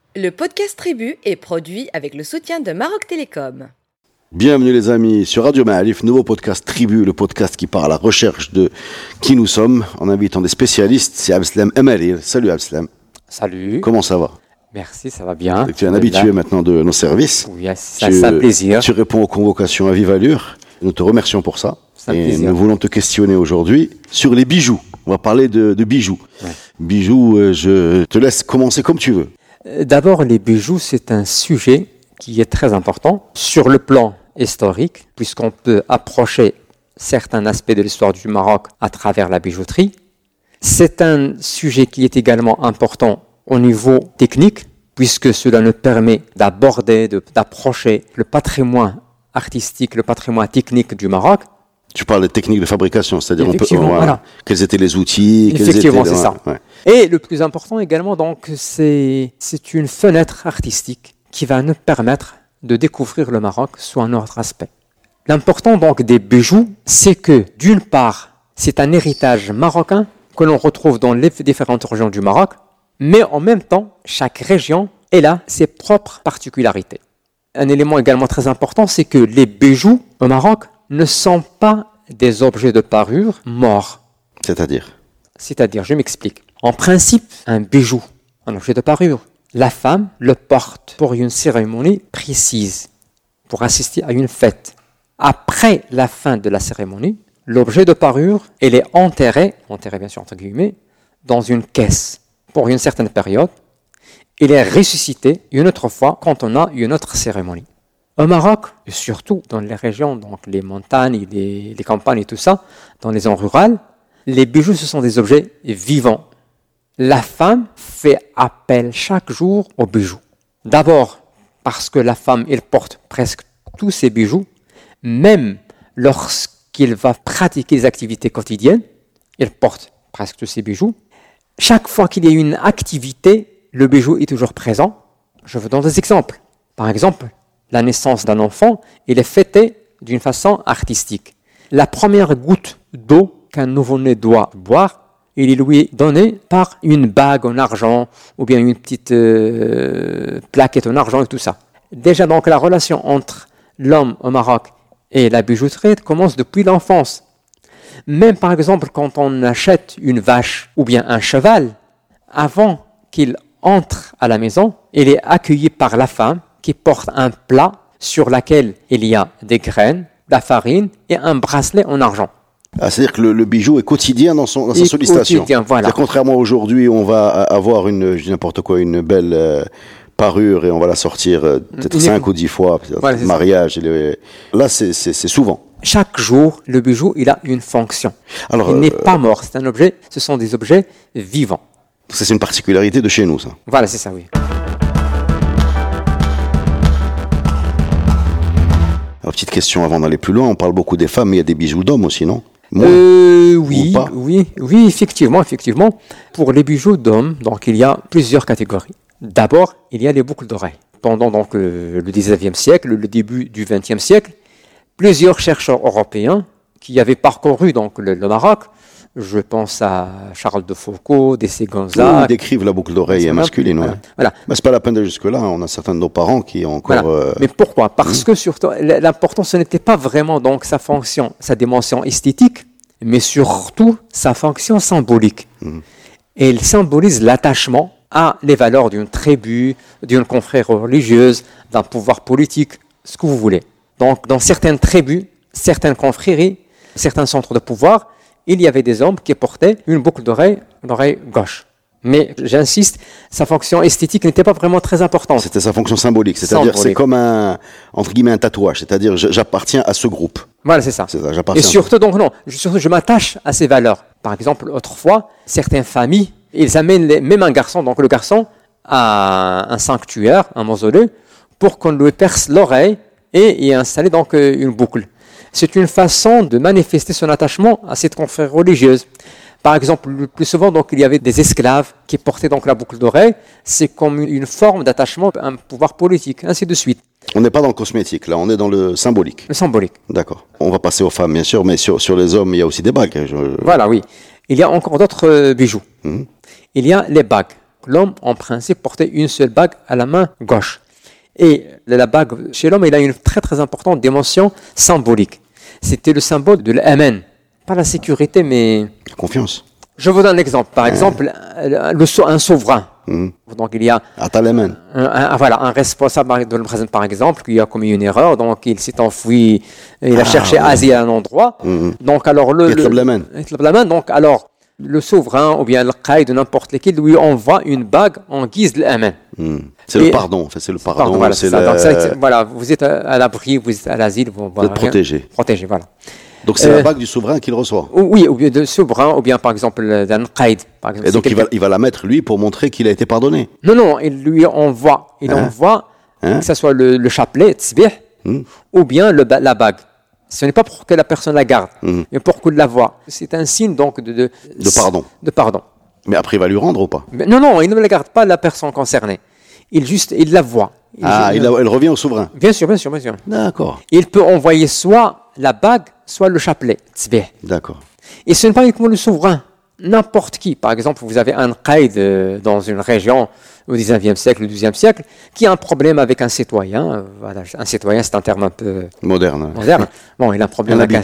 Le podcast Tribu est produit avec le soutien de Maroc Télécom. Bienvenue les amis sur Radio Ma'arif, nouveau podcast Tribu, le podcast qui part à la recherche de qui nous sommes en invitant des spécialistes. C'est Abdeslam Emalil. Salut Abdeslam. Salut. Comment ça va? Merci, ça va bien. Tu es un habitué maintenant de nos services. Oui, c'est un plaisir. Tu réponds aux convocations à vive allure. Nous te remercions pour ça. C'est un et plaisir. nous voulons te questionner aujourd'hui sur les bijoux. On va parler de bijoux. Ouais. Bijoux, je te laisse commencer comme tu veux. D'abord, les bijoux, c'est un sujet qui est très important sur le plan historique, puisqu'on peut approcher certains aspects de l'histoire du Maroc à travers la bijouterie. C'est un sujet qui est également important au niveau technique, puisque cela nous permet d'aborder, d'approcher le patrimoine artistique, le patrimoine technique du Maroc. Tu parles des techniques de fabrication, c'est-à-dire Voilà. Quels étaient les outils, Effectivement, c'est ça. Ouais. Et le plus important également, donc, c'est une fenêtre artistique qui va nous permettre de découvrir le Maroc sous un autre aspect. L'important donc des bijoux, c'est que d'une part, c'est un héritage marocain que l'on retrouve dans les différentes régions du Maroc, mais en même temps, chaque région a ses propres particularités. Un élément également très important, c'est que les bijoux au Maroc ne sont pas des objets de parure morts. C'est-à-dire, je m'explique. En principe, un bijou, un objet de parure, la femme le porte pour une cérémonie précise, pour assister à une fête. Après la fin de la cérémonie, l'objet de parure, il est enterré bien sûr entre guillemets, dans une caisse pour une certaine période. Il est ressuscité une autre fois quand on a une autre cérémonie. Au Maroc, et surtout dans les régions, donc les montagnes, les campagnes et tout ça, dans les zones rurales, les bijoux, ce sont des objets vivants. La femme fait appel chaque jour aux bijoux. D'abord, parce que la femme, elle porte presque tous ses bijoux, même lorsqu'il va pratiquer les activités quotidiennes, elle porte presque tous ses bijoux. Chaque fois qu'il y a une activité, le bijou est toujours présent. Je vous donne des exemples. Par exemple, la naissance d'un enfant, il est fêté d'une façon artistique. La première goutte d'eau qu'un nouveau-né doit boire, il lui est donné par une bague en argent ou bien une petite plaquette en argent et tout ça. Déjà donc la relation entre l'homme au Maroc et la bijouterie commence depuis l'enfance. Même par exemple quand on achète une vache ou bien un cheval, avant qu'il entre à la maison, il est accueilli par la femme qui porte un plat sur lequel il y a des graines, de la farine et un bracelet en argent. Ah, c'est-à-dire que le bijou est quotidien dans sa sollicitation. Quotidien, voilà. Contrairement à aujourd'hui, on va avoir une belle parure et on va la sortir peut-être 5 ou 10 fois, voilà, mariage. Là, c'est souvent. Chaque jour, le bijou, il a une fonction. Alors, il n'est pas mort, c'est un objet, ce sont des objets vivants. Ça, c'est une particularité de chez nous, ça. Voilà, c'est ça, oui. Alors, petite question avant d'aller plus loin, on parle beaucoup des femmes, mais il y a des bijoux d'hommes aussi, non? Oui, effectivement. Pour les bijoux d'hommes, donc il y a plusieurs catégories. D'abord, il y a les boucles d'oreilles. Pendant donc le 19e siècle, le début du 20e siècle, plusieurs chercheurs européens qui avaient parcouru donc le Maroc, je pense à Charles de Foucault, D.C. Gonzague. Ils décrivent la boucle d'oreille masculine, ouais. Voilà. Mais c'est pas la peine d'aller jusque-là, on a certains de nos parents qui ont encore... Voilà. Mais pourquoi? Parce que surtout, l'important, ce n'était pas vraiment donc sa fonction, sa dimension esthétique, mais surtout sa fonction symbolique. Et il symbolise l'attachement à les valeurs d'une tribu, d'une confrérie religieuse, d'un pouvoir politique, ce que vous voulez. Donc, dans certaines tribus, certaines confréries, certains centres de pouvoir, il y avait des hommes qui portaient une boucle d'oreille, l'oreille gauche. Mais j'insiste, sa fonction esthétique n'était pas vraiment très importante. C'était sa fonction symbolique, c'est-à-dire c'est comme entre guillemets un tatouage, c'est-à-dire j'appartiens à ce groupe. Voilà, c'est ça. J'appartiens. Et surtout, donc non, je m'attache à ces valeurs. Par exemple, autrefois, certaines familles, ils amènent même un garçon, donc le garçon, à un sanctuaire, un mausolée, pour qu'on lui perce l'oreille et y installer donc une boucle. C'est une façon de manifester son attachement à cette confrérie religieuse. Par exemple, le plus souvent, donc, il y avait des esclaves qui portaient donc la boucle d'oreille. C'est comme une forme d'attachement à un pouvoir politique, ainsi de suite. On n'est pas dans le cosmétique, là, on est dans le symbolique. Le symbolique. D'accord. On va passer aux femmes, bien sûr, mais sur les hommes, il y a aussi des bagues. Voilà, oui. Il y a encore d'autres bijoux. Il y a les bagues. l'homme, en principe, portait une seule bague à la main gauche. Et la bague, chez l'homme, il a une très très importante dimension symbolique. C'était le symbole de l'amen. Pas la sécurité, mais... Confiance. Je vous donne un exemple. Par exemple, un souverain. Donc il y a un responsable de le par exemple qui a commis une erreur, donc il s'est enfui, il a cherché asile à un endroit. Donc alors donc alors le souverain ou bien le qaïd ou n'importe lequel lui envoie une bague en guise de l'amen. C'est le pardon, c'est le pardon. Voilà, voilà, vous êtes à l'abri, vous êtes à l'asile, vous êtes protégé. Protégé, voilà. Donc c'est la bague du souverain qu'il reçoit. Oui, ou bien de souverain, ou bien par exemple d'un qaïd. Et donc il va la mettre lui pour montrer qu'il a été pardonné. Non, il lui envoie, que ce soit le chapelet, tsbih, ou bien la bague. Ce n'est pas pour que la personne la garde, mais pour qu'il la voie. C'est un signe donc de pardon. De pardon. Mais après il va lui rendre ou pas? Non, il ne la garde pas, la personne concernée. Il la voit. Elle revient au souverain. Bien sûr. D'accord. Il peut envoyer soit la bague, soit le chapelet, tsbih. D'accord. Et ce n'est pas uniquement le souverain, n'importe qui. Par exemple, vous avez un qaïd dans une région au XIXe siècle, au XIIe siècle, qui a un problème avec un citoyen. Voilà, un citoyen, c'est un terme un peu moderne. Bon, il a un problème avec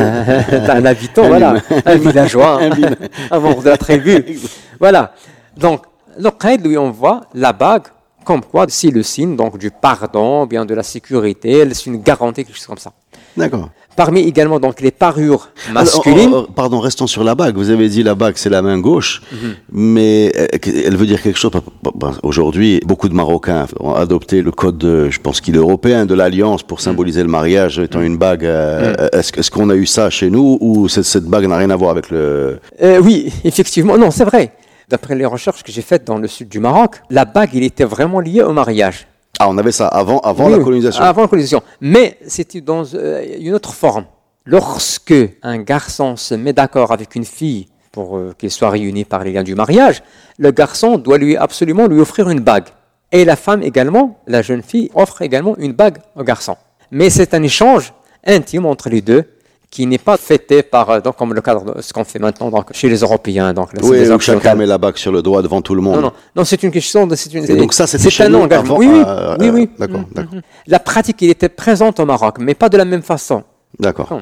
un habitant, voilà, un villageois, un membre de la tribu. Voilà. Donc, le qaïd lui envoie la bague, comme quoi c'est le signe donc du pardon, bien de la sécurité, c'est une garantie, quelque chose comme ça. D'accord. Parmi également donc les parures masculines. Pardon, restons sur la bague. Vous avez dit la bague, c'est la main gauche, mais elle veut dire quelque chose. Aujourd'hui, beaucoup de Marocains ont adopté le code, je pense qu'il est européen, de l'alliance pour symboliser le mariage, étant une bague. Est-ce qu'on a eu ça chez nous ou cette bague n'a rien à voir avec le... Oui, effectivement, non, c'est vrai. D'après les recherches que j'ai faites dans le sud du Maroc, la bague, il était vraiment lié au mariage. Ah, on avait ça avant la colonisation. Avant la colonisation. Mais c'était dans une autre forme. Lorsque un garçon se met d'accord avec une fille pour qu'ils soient réunis par les liens du mariage, le garçon doit absolument lui offrir une bague. Et la femme également, la jeune fille, offre également une bague au garçon. Mais c'est un échange intime entre les deux qui n'est pas fêté donc, comme le cadre de ce qu'on fait maintenant donc, chez les Européens. Donc, oui, donc chacun met la bague sur le doigt devant tout le monde. Non, c'est une question de... Et donc ça, c'était chez nous avant, oui. D'accord. La pratique, il était présente au Maroc, mais pas de la même façon. D'accord.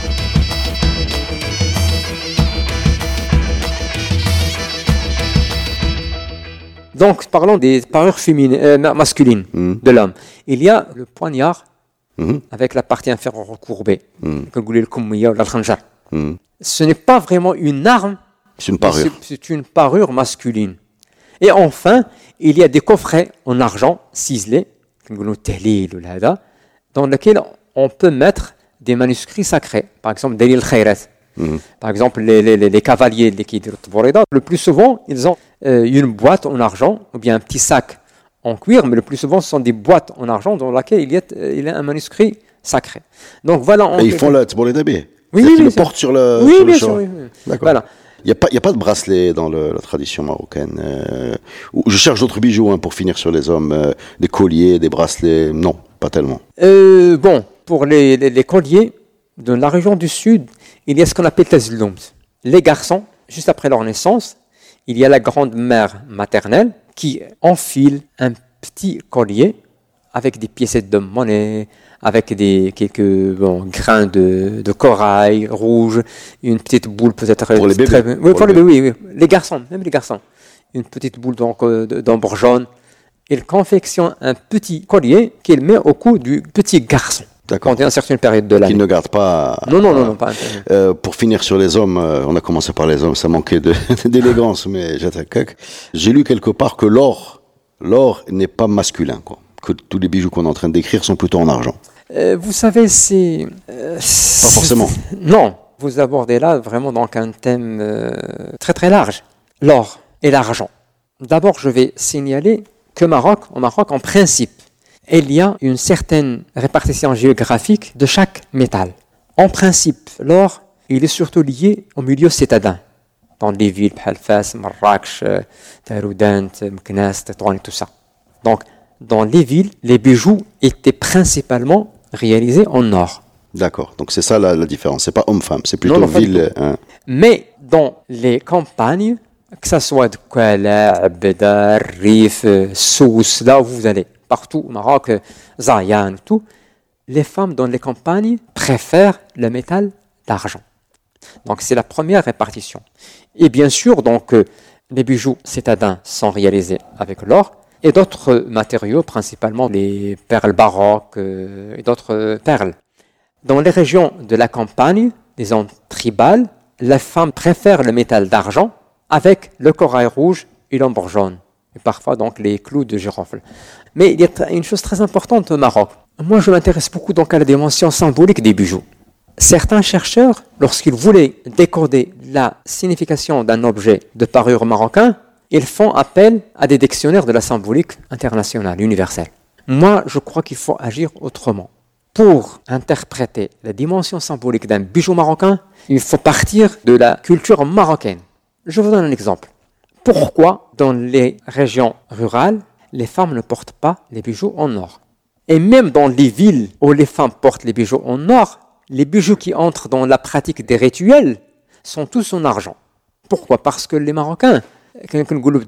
Donc, parlons des parures masculines de l'homme. Il y a le poignard avec la partie inférieure recourbée. Ce n'est pas vraiment une arme, c'est une parure. C'est une parure masculine. Et enfin, il y a des coffrets en argent ciselés, dans lesquels on peut mettre des manuscrits sacrés. Par exemple, Dalil Khairat. Par exemple, les cavaliers de l'équipe de Tboreda, le plus souvent, ils ont une boîte en argent ou bien un petit sac en cuir, mais le plus souvent, ce sont des boîtes en argent dans lesquelles il y a un manuscrit sacré. Donc voilà. Et ils font le Tboreda B. Oui, ils le portent sur le. Oui, sur bien le sûr. Oui. D'accord. Voilà. Il n'y a pas de bracelet dans la tradition marocaine. Je cherche d'autres bijoux pour finir sur les hommes. Des colliers, des bracelets. Non, pas tellement. Bon, pour les colliers, de la région du sud, il y a ce qu'on appelle tazloum. Les garçons, juste après leur naissance, il y a la grand-mère maternelle qui enfile un petit collier avec des piécettes de monnaie, avec quelques grains de corail rouge, une petite boule peut-être... Pour les bébés. Oui, les garçons, même les garçons. Une petite boule d'ambre jaune. Il confectionne un petit collier qu'il met au cou du petit garçon. D'accord. Quand il y a une certaine période de l'année. Qu'il ne garde pas... Non, pas pour finir sur les hommes, on a commencé par les hommes, ça manquait d'élégance, mais j'attaque. J'ai lu quelque part que l'or n'est pas masculin, quoi. Que tous les bijoux qu'on est en train de décrire sont plutôt en argent. Vous savez, c'est... pas forcément. Non, vous abordez là vraiment donc un thème très très large. L'or et l'argent. D'abord, je vais signaler qu'au Maroc, en principe, il y a une certaine répartition géographique de chaque métal. En principe, l'or, il est surtout lié au milieu citadin, dans les villes, Fès, Marrakech, Taroudant, Meknès, Tétouan et tout ça. Donc, dans les villes, les bijoux étaient principalement réalisés en or. D'accord, donc c'est ça la différence, c'est pas homme-femme, c'est plutôt ville. Mais dans les campagnes, Que ça soit de Kuala, Abeda, Rif, Sousse, là où vous allez, partout au Maroc, Zayan, tout, les femmes dans les campagnes préfèrent le métal d'argent. Donc c'est la première répartition. Et bien sûr, donc, les bijoux citadins sont réalisés avec l'or et d'autres matériaux, principalement les perles baroques et d'autres perles. Dans les régions de la campagne, les zones tribales, les femmes préfèrent le métal d'argent avec le corail rouge et l'ambre jaune, et parfois donc les clous de girofle. Mais il y a une chose très importante au Maroc. Moi, je m'intéresse beaucoup donc à la dimension symbolique des bijoux. Certains chercheurs, lorsqu'ils voulaient décoder la signification d'un objet de parure marocain, ils font appel à des dictionnaires de la symbolique internationale, universelle. Moi, je crois qu'il faut agir autrement. Pour interpréter la dimension symbolique d'un bijou marocain, il faut partir de la culture marocaine. Je vous donne un exemple. Pourquoi, dans les régions rurales, les femmes ne portent pas les bijoux en or? Et même dans les villes où les femmes portent les bijoux en or, les bijoux qui entrent dans la pratique des rituels sont tous en argent. Pourquoi? Parce que les Marocains, le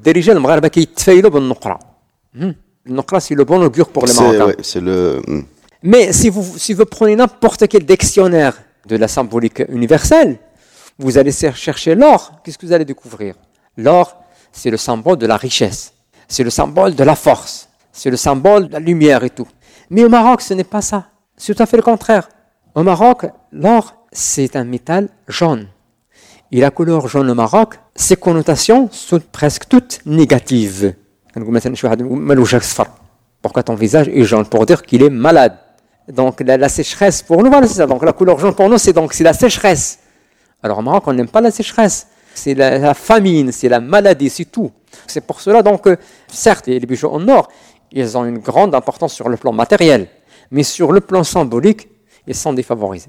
Nokra, c'est le bon augure pour les Marocains. Mais si vous prenez n'importe quel dictionnaire de la symbolique universelle, vous allez chercher l'or, qu'est-ce que vous allez découvrir? L'or, c'est le symbole de la richesse, c'est le symbole de la force, c'est le symbole de la lumière et tout. Mais au Maroc, ce n'est pas ça. C'est tout à fait le contraire. Au Maroc, l'or, c'est un métal jaune. Et la couleur jaune au Maroc, ses connotations sont presque toutes négatives. Pourquoi ton visage est jaune? Pour dire qu'il est malade. Donc la sécheresse, pour nous, voilà, c'est ça. Donc la couleur jaune pour nous, c'est la sécheresse. Alors au Maroc, on n'aime pas la sécheresse. C'est la famine, c'est la maladie, c'est tout. C'est pour cela, donc, certes, les bijoux en or, ils ont une grande importance sur le plan matériel. Mais sur le plan symbolique, ils sont défavorisés.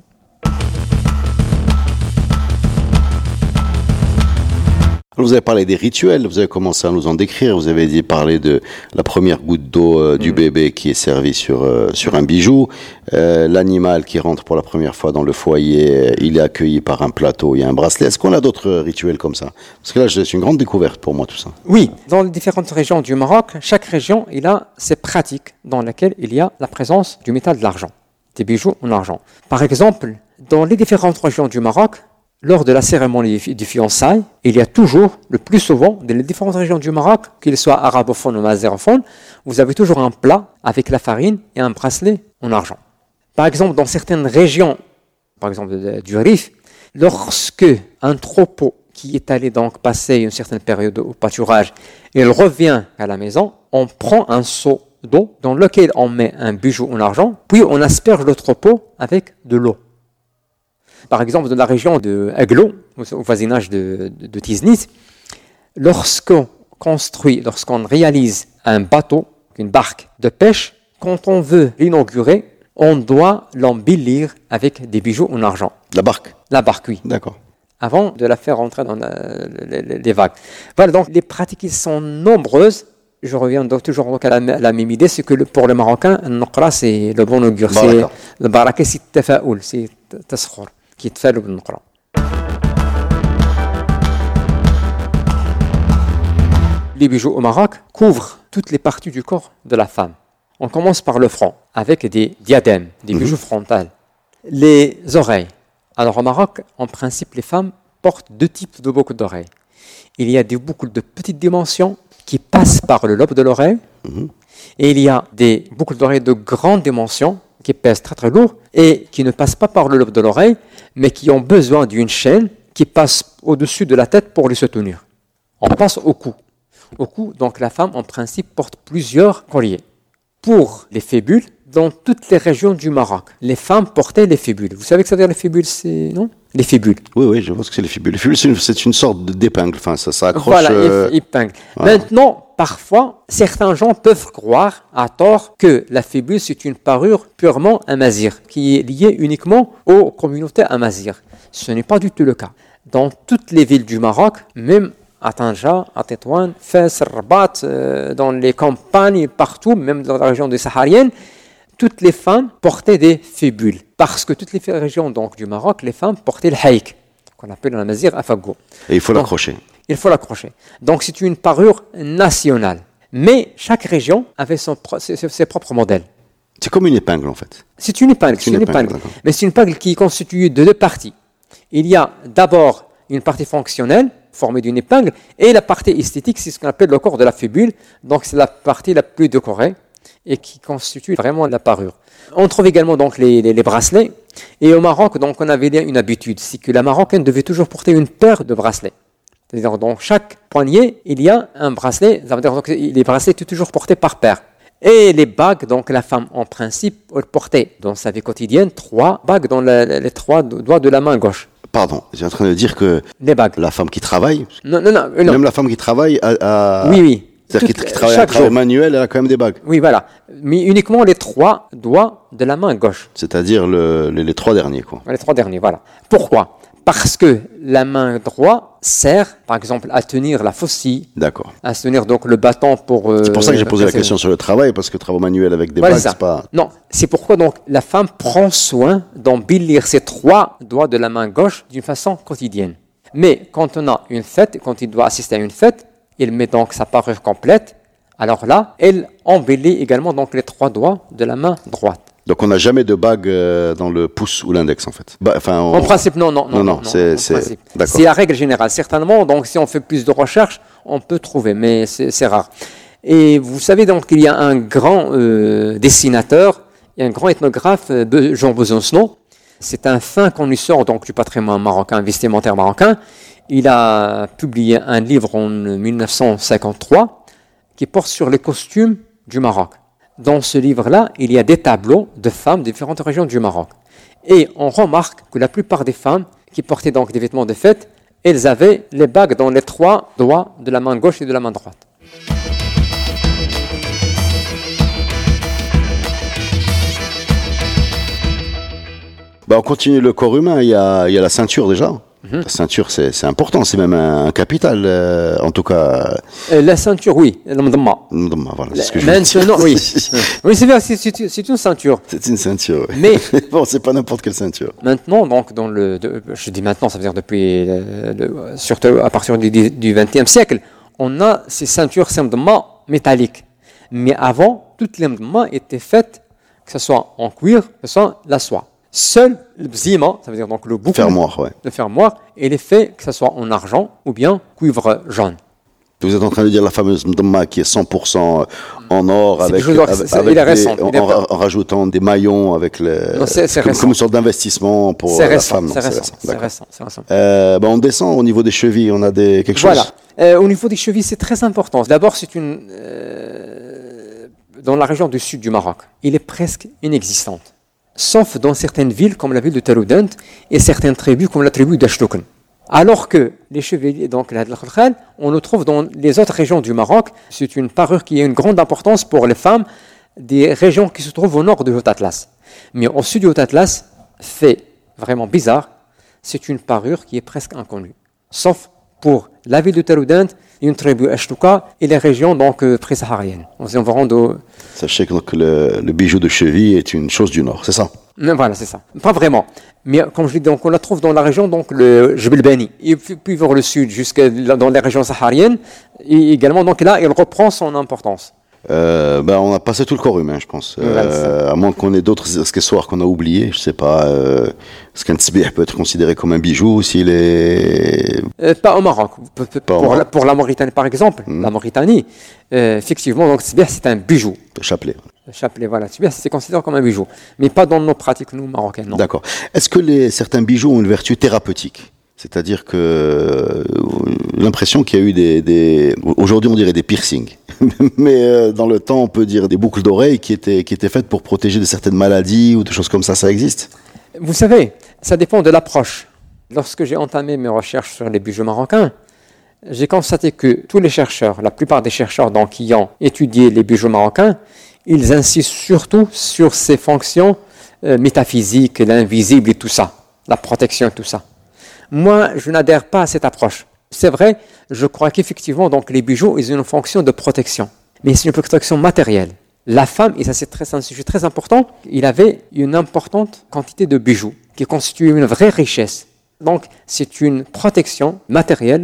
Vous avez parlé des rituels, vous avez commencé à nous en décrire, vous avez parlé de la première goutte d'eau du bébé qui est servie sur un bijou, l'animal qui rentre pour la première fois dans le foyer, il est accueilli par un plateau et un bracelet. Est-ce qu'on a d'autres rituels comme ça? Parce que là, c'est une grande découverte pour moi tout ça. Oui, dans les différentes régions du Maroc, chaque région il a ses pratiques dans lesquelles il y a la présence du métal de l'argent, des bijoux en argent. Par exemple, dans les différentes régions du Maroc, lors de la cérémonie du fiançailles, il y a toujours, le plus souvent, dans les différentes régions du Maroc, qu'ils soient arabophones ou mazérophones, vous avez toujours un plat avec la farine et un bracelet en argent. Par exemple, dans certaines régions, par exemple du Rif, lorsque un troupeau qui est allé donc passer une certaine période au pâturage, il revient à la maison, on prend un seau d'eau dans lequel on met un bijou en argent, puis on asperge le troupeau avec de l'eau. Par exemple, dans la région de Aglo, au voisinage de Tiznit, lorsqu'on réalise un bateau, une barque de pêche, quand on veut l'inaugurer, on doit l'embellir avec des bijoux en argent. La barque? La barque, oui. D'accord. Avant de la faire rentrer dans les vagues. Voilà, donc les pratiques sont nombreuses. Je reviens donc toujours à la même idée, c'est que pour le Marocain, le Nokra, c'est le bon augure. Le baraka, c'est tafaoul, c'est taskhur. qui يتفالوا بالنقرة. Les bijoux au Maroc couvrent toutes les parties du corps de la femme. On commence par le front, avec des diadèmes, des bijoux frontales. Les oreilles. Alors au Maroc, en principe, les femmes portent deux types de boucles d'oreilles. Il y a des boucles de petite dimension qui passent par le lobe de l'oreille, et il y a des boucles d'oreilles de grande dimension qui pèsent très très lourd et qui ne passent pas par le lobe de l'oreille, mais qui ont besoin d'une chaîne qui passe au-dessus de la tête pour les soutenir. On passe au cou. Au cou, donc la femme en principe porte plusieurs colliers. Pour les fébules, dans toutes les régions du Maroc, les femmes portaient les fébules. Vous savez que ça veut dire les fébules, c'est non? Les fébules. Oui, je vois ce que c'est les fébules. Les fébules, c'est une sorte d'épingle. Enfin, ça accroche. Voilà, épingle. Voilà. Maintenant, parfois, certains gens peuvent croire à tort que la fébule, c'est une parure purement amazigh, qui est liée uniquement aux communautés amazighes. Ce n'est pas du tout le cas. Dans toutes les villes du Maroc, même à Tanja, à Tétouan, Fès, Rabat, dans les campagnes, partout, même dans la région des Sahariennes, toutes les femmes portaient des fébules. Parce que toutes les régions donc, du Maroc, les femmes portaient le haïk, qu'on appelle en amazigh afago. Et il faut l'accrocher. Il faut l'accrocher. Donc c'est une parure nationale. Mais chaque région avait ses propres modèles. C'est comme une épingle en fait. C'est une épingle, mais c'est une épingle qui est constituée de deux parties. Il y a d'abord une partie fonctionnelle, formée d'une épingle, et la partie esthétique, c'est ce qu'on appelle le corps de la fibule. Donc c'est la partie la plus décorée et qui constitue vraiment la parure. On trouve également donc les bracelets. Et au Maroc, donc, on avait une habitude, c'est que la Marocaine devait toujours porter une paire de bracelets. C'est-à-dire, dans chaque poignet, il y a un bracelet. Ça veut dire donc, les bracelets étaient toujours portés par paire. Et les bagues, donc la femme, en principe, elle portait dans sa vie quotidienne 3 bagues dans les 3 doigts de la main gauche. Pardon, j'ai en train de dire que les bagues. La femme qui travaille, non. Même la femme qui travaille a oui. C'est-à-dire qui travaille un travail manuel, elle a quand même des bagues. Oui, voilà. Mais uniquement les 3 doigts de la main gauche. C'est-à-dire les 3 derniers, quoi. Les 3 derniers, voilà. Pourquoi ? Parce que la main droite sert, par exemple, à tenir la faucille. D'accord. À tenir donc le bâton pour... c'est pour ça que j'ai posé la question sur le travail, parce que travail manuel avec des bagues, c'est pas... Non, c'est pourquoi donc la femme prend soin d'embellir ses 3 doigts de la main gauche d'une façon quotidienne. Mais quand on a une fête, quand il doit assister à une fête, il met donc sa parure complète. Alors là, elle embellit également donc les 3 doigts de la main droite. Donc on n'a jamais de bague dans le pouce ou l'index en fait. En principe, non. C'est d'accord. C'est la règle générale. Certainement, donc si on fait plus de recherches, on peut trouver, mais c'est rare. Et vous savez donc qu'il y a un grand dessinateur et un grand ethnographe, Jean Besancenot. C'est un fin connaisseur donc du patrimoine marocain, vestimentaire marocain. Il a publié un livre en 1953 qui porte sur les costumes du Maroc. Dans ce livre-là, il y a des tableaux de femmes de différentes régions du Maroc. Et on remarque que la plupart des femmes qui portaient donc des vêtements de fête, elles avaient les bagues dans les 3 doigts de la main gauche et de la main droite. On continue le corps humain, il y a la ceinture déjà. La ceinture, c'est important, c'est même un capital, en tout cas. La ceinture, oui, voilà, c'est ce que je veux dire. Maintenant, oui. Oui, c'est bien, c'est une ceinture. C'est une ceinture, oui. Mais bon, c'est pas n'importe quelle ceinture. Maintenant, donc, je dis maintenant, ça veut dire depuis, surtout à partir du XXe siècle, on a ces ceintures simplement métalliques. Mais avant, toutes les mdemma étaient faites, que ce soit en cuir, que ce soit la soie. Seul le bzima, ça veut dire donc le boucle, le fermoir, il est fait que ce soit en argent ou bien cuivre jaune. Vous êtes en train de dire la fameuse mdemma qui est 100% en or en rajoutant des maillons avec comme une sorte d'investissement pour la femme. C'est récent. On descend au niveau des chevilles, on a quelque chose. Voilà. Au niveau des chevilles, c'est très important. D'abord, c'est dans la région du sud du Maroc, il est presque inexistante. Sauf dans certaines villes comme la ville de Taroudant et certaines tribus comme la tribu d'Ashtoukn. Alors que les chevilles, donc on le trouve dans les autres régions du Maroc. C'est une parure qui a une grande importance pour les femmes des régions qui se trouvent au nord du Haut-Atlas. Mais au sud du Haut-Atlas, fait vraiment bizarre, c'est une parure qui est presque inconnue. Sauf pour la ville de Taroudant, une tribu Ashtouka et les régions donc pré-sahariennes. Sachez que donc, le bijou de cheville est une chose du Nord, c'est ça? Voilà, c'est ça. Pas vraiment. Mais comme je l'ai dit, donc, on la trouve dans la région, donc le Jebel Bani. Et puis vers le sud, jusqu'à dans les régions sahariennes. Et également, donc là, il reprend son importance. On a passé tout le corps humain, je pense. À moins qu'on ait d'autres accessoires qu'on a oubliés. Je sais pas. Est-ce qu'un tsbih peut être considéré comme un bijou s'il est... Pas au Maroc. Pour la Mauritanie, par exemple. La Mauritanie, effectivement, donc tsbih, c'est un bijou. Chapelet. Chapelet, voilà. Tsbih, c'est considéré comme un bijou. Mais pas dans nos pratiques, nous, Marocains, non. D'accord. Est-ce que certains bijoux ont une vertu thérapeutique ? C'est-à-dire que l'impression qu'il y a eu aujourd'hui on dirait des piercings, mais dans le temps on peut dire des boucles d'oreilles qui étaient faites pour protéger de certaines maladies ou des choses comme ça existe? Vous savez, ça dépend de l'approche. Lorsque j'ai entamé mes recherches sur les bijoux marocains, j'ai constaté que tous les chercheurs, la plupart des chercheurs donc, qui ont étudié les bijoux marocains, ils insistent surtout sur ces fonctions métaphysiques, l'invisible et tout ça, la protection et tout ça. Moi, je n'adhère pas à cette approche. C'est vrai, je crois qu'effectivement, donc, les bijoux, ils ont une fonction de protection. Mais c'est une protection matérielle. La femme, et ça c'est un sujet très important, il avait une importante quantité de bijoux qui constituait une vraie richesse. Donc, c'est une protection matérielle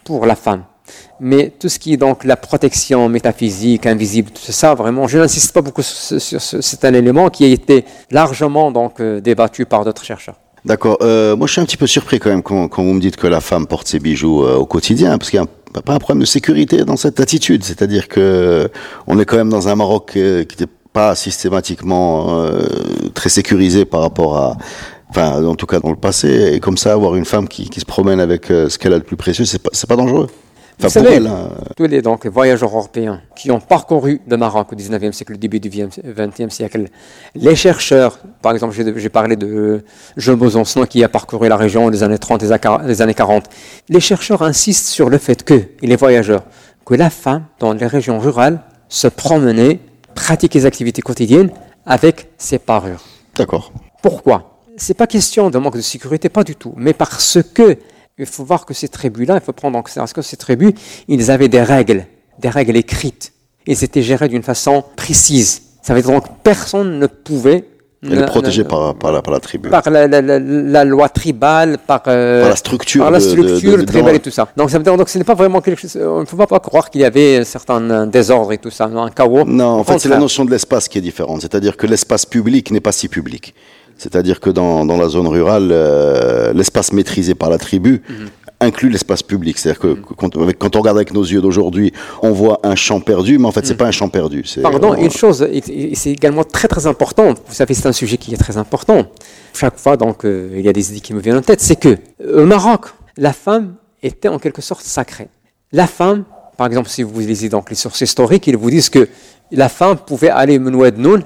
pour la femme. Mais tout ce qui est donc la protection métaphysique, invisible, tout ça, vraiment, je n'insiste pas beaucoup c'est un élément qui a été largement donc débattu par d'autres chercheurs. D'accord. Moi, je suis un petit peu surpris quand même quand vous me dites que la femme porte ses bijoux au quotidien, parce qu'il y a pas un problème de sécurité dans cette attitude. C'est-à-dire que on est quand même dans un Maroc qui n'était pas systématiquement très sécurisé par rapport à, enfin, en tout cas dans le passé. Et comme ça, avoir une femme qui se promène avec ce qu'elle a de plus précieux, c'est pas dangereux. Enfin, vous savez, tous les donc, voyageurs européens qui ont parcouru le Maroc au 19e siècle, au début du 20e siècle, les chercheurs, par exemple, j'ai parlé de Jean Besançon qui a parcouru la région des années 30 et des années 40. Les chercheurs insistent sur le fait que, et les voyageurs, que la femme, dans les régions rurales, se promenait, pratiquait les activités quotidiennes avec ses parures. D'accord. Pourquoi ? C'est pas question de manque de sécurité, pas du tout, mais parce que il faut voir que ces tribus-là, il faut prendre en considération que ces tribus, ils avaient des règles écrites. Ils étaient gérés d'une façon précise. Ça veut dire donc personne ne pouvait... Elle est protégée par la tribu. Par la loi tribale, par la structure, tribale et tout ça. Donc ça veut dire donc ce n'est pas vraiment quelque chose... On ne faut pas croire qu'il y avait un certain désordre et tout ça, un chaos. Non, en fait c'est la notion de l'espace qui est différente. C'est-à-dire que l'espace public n'est pas si public. C'est-à-dire que dans la zone rurale, l'espace maîtrisé par la tribu inclut l'espace public. C'est-à-dire que quand on regarde avec nos yeux d'aujourd'hui, on voit un champ perdu, mais en fait, c'est pas un champ perdu. Pardon, une chose, et c'est également très très important, vous savez, c'est un sujet qui est très important. Chaque fois, donc, il y a des idées qui me viennent en tête, c'est que au Maroc, la femme était en quelque sorte sacrée. La femme, par exemple, si vous lisez donc les sources historiques, ils vous disent que la femme pouvait aller de Ouadnoun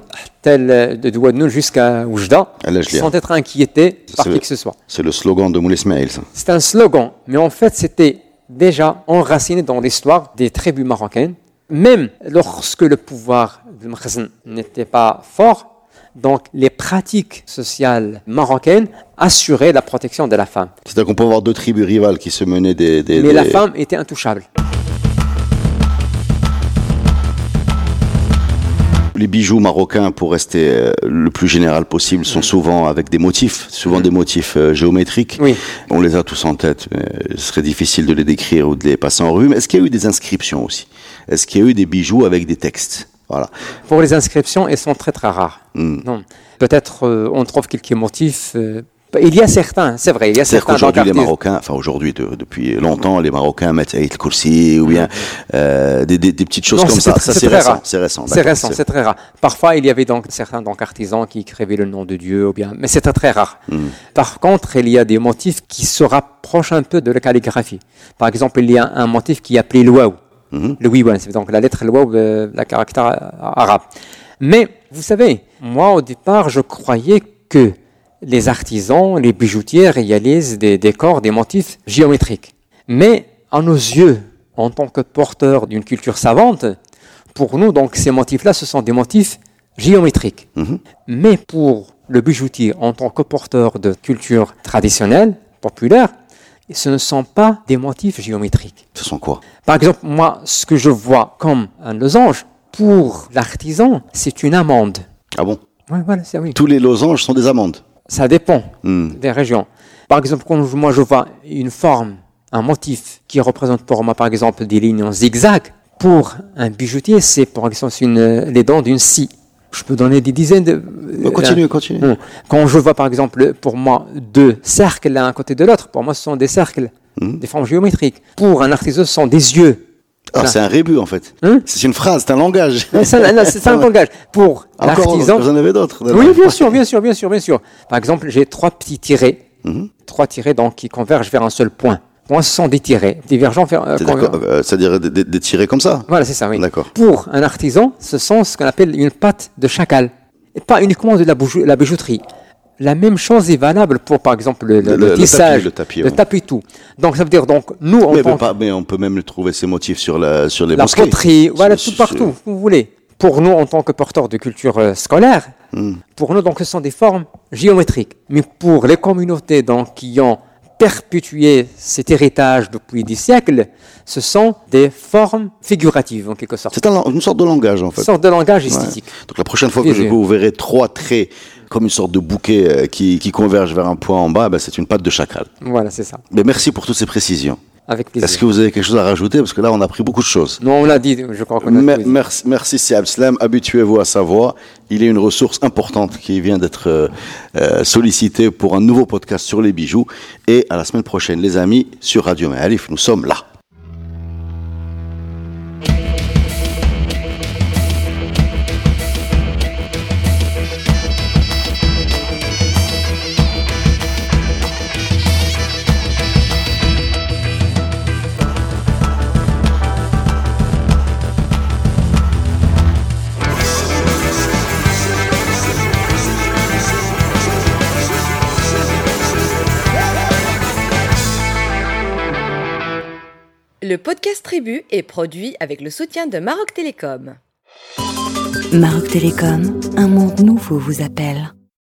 jusqu'à Oujda sans être inquiétée par qui que ce soit. C'est le slogan de Moulay Ismail, ça. C'est un slogan, mais en fait, c'était déjà enraciné dans l'histoire des tribus marocaines. Même lorsque le pouvoir de Makhzen n'était pas fort, donc les pratiques sociales marocaines assuraient la protection de la femme. C'est-à-dire qu'on peut avoir deux tribus rivales qui se menaient Mais la femme était intouchable. Les bijoux marocains, pour rester le plus général possible, sont souvent avec des motifs, des motifs géométriques. Oui. On les a tous en tête, mais ce serait difficile de les décrire ou de les passer en revue. Mais est-ce qu'il y a eu des inscriptions aussi ? Est-ce qu'il y a eu des bijoux avec des textes ? Voilà. Pour les inscriptions, elles sont très très rares. Non. Peut-être on trouve quelques motifs. Il y a certains, c'est vrai. Il y a certains. Qu'aujourd'hui, les Marocains, enfin aujourd'hui, depuis longtemps, les Marocains mettent Aït Kursi ou bien des petites choses comme ça. Ça, c'est récent. C'est récent. C'est très rare. Parfois, il y avait donc certains artisans qui écrivaient le nom de Dieu, ou bien, mais c'est très très rare. Par contre, il y a des motifs qui se rapprochent un peu de la calligraphie. Par exemple, il y a un motif qui est appelé le waou. Le wiwan, c'est donc la lettre le waou, la caractère arabe. Mais vous savez, moi au départ, je croyais que les artisans, les bijoutiers réalisent des décors, des motifs géométriques. Mais à nos yeux, en tant que porteurs d'une culture savante, pour nous, donc, ces motifs-là, ce sont des motifs géométriques. Mais pour le bijoutier, en tant que porteur de culture traditionnelle, populaire, ce ne sont pas des motifs géométriques. Ce sont quoi ? Par exemple, moi, ce que je vois comme un losange, pour l'artisan, c'est une amande. Ah bon ? Ouais, voilà, c'est oui. Tous les losanges sont des amandes. Ça dépend des régions. Par exemple, quand moi je vois une forme, un motif qui représente pour moi, par exemple, des lignes en zigzag, pour un bijoutier, c'est par exemple les dents d'une scie. Je peux donner des dizaines de... Continue. Quand je vois, par exemple, pour moi, deux cercles l'un à côté de l'autre, pour moi, ce sont des cercles, des formes géométriques. Pour un artisan, ce sont des yeux. Ah, c'est un rébus en fait. C'est une phrase, c'est un langage. C'est un langage. Pour l'artisan. Vous en avez d'autres. Oui, bien sûr. Par exemple, j'ai trois petits tirets. Trois tirets donc, qui convergent vers un seul point. Pour moi, ce sont des tirets divergents. C'est-à-dire des tirets comme ça. Voilà, c'est ça, oui. D'accord. Pour un artisan, ce sont ce qu'on appelle une patte de chacal. Et pas uniquement de la bijouterie. La même chose est valable pour, par exemple, le tissage, le tapis tout. Donc, ça veut dire, donc, nous, mais on peut même trouver ces motifs sur les mosquées. La poterie, voilà, tout partout, vous voulez. Pour nous, en tant que porteurs de culture scolaire, pour nous, donc, ce sont des formes géométriques. Mais pour les communautés, donc, qui ont perpétué cet héritage depuis des siècles, ce sont des formes figuratives, en quelque sorte. C'est une sorte de langage, en fait. Une sorte de langage esthétique. Ouais. Donc, la prochaine fois que vous verrez trois traits comme une sorte de bouquet qui converge vers un point en bas, c'est une patte de chacal. Voilà, c'est ça. Mais merci pour toutes ces précisions. Avec plaisir. Est-ce que vous avez quelque chose à rajouter? Parce que là, on a appris beaucoup de choses. Non, on l'a dit, je crois qu'on a tout dit. Merci Si Abdeslam. Habituez-vous à sa voix. Il est une ressource importante qui vient d'être sollicitée pour un nouveau podcast sur les bijoux. Et à la semaine prochaine, les amis, sur Radio Ma'arif, nous sommes là. Le podcast Tribu est produit avec le soutien de Maroc Télécom. Maroc Télécom, un monde nouveau vous appelle.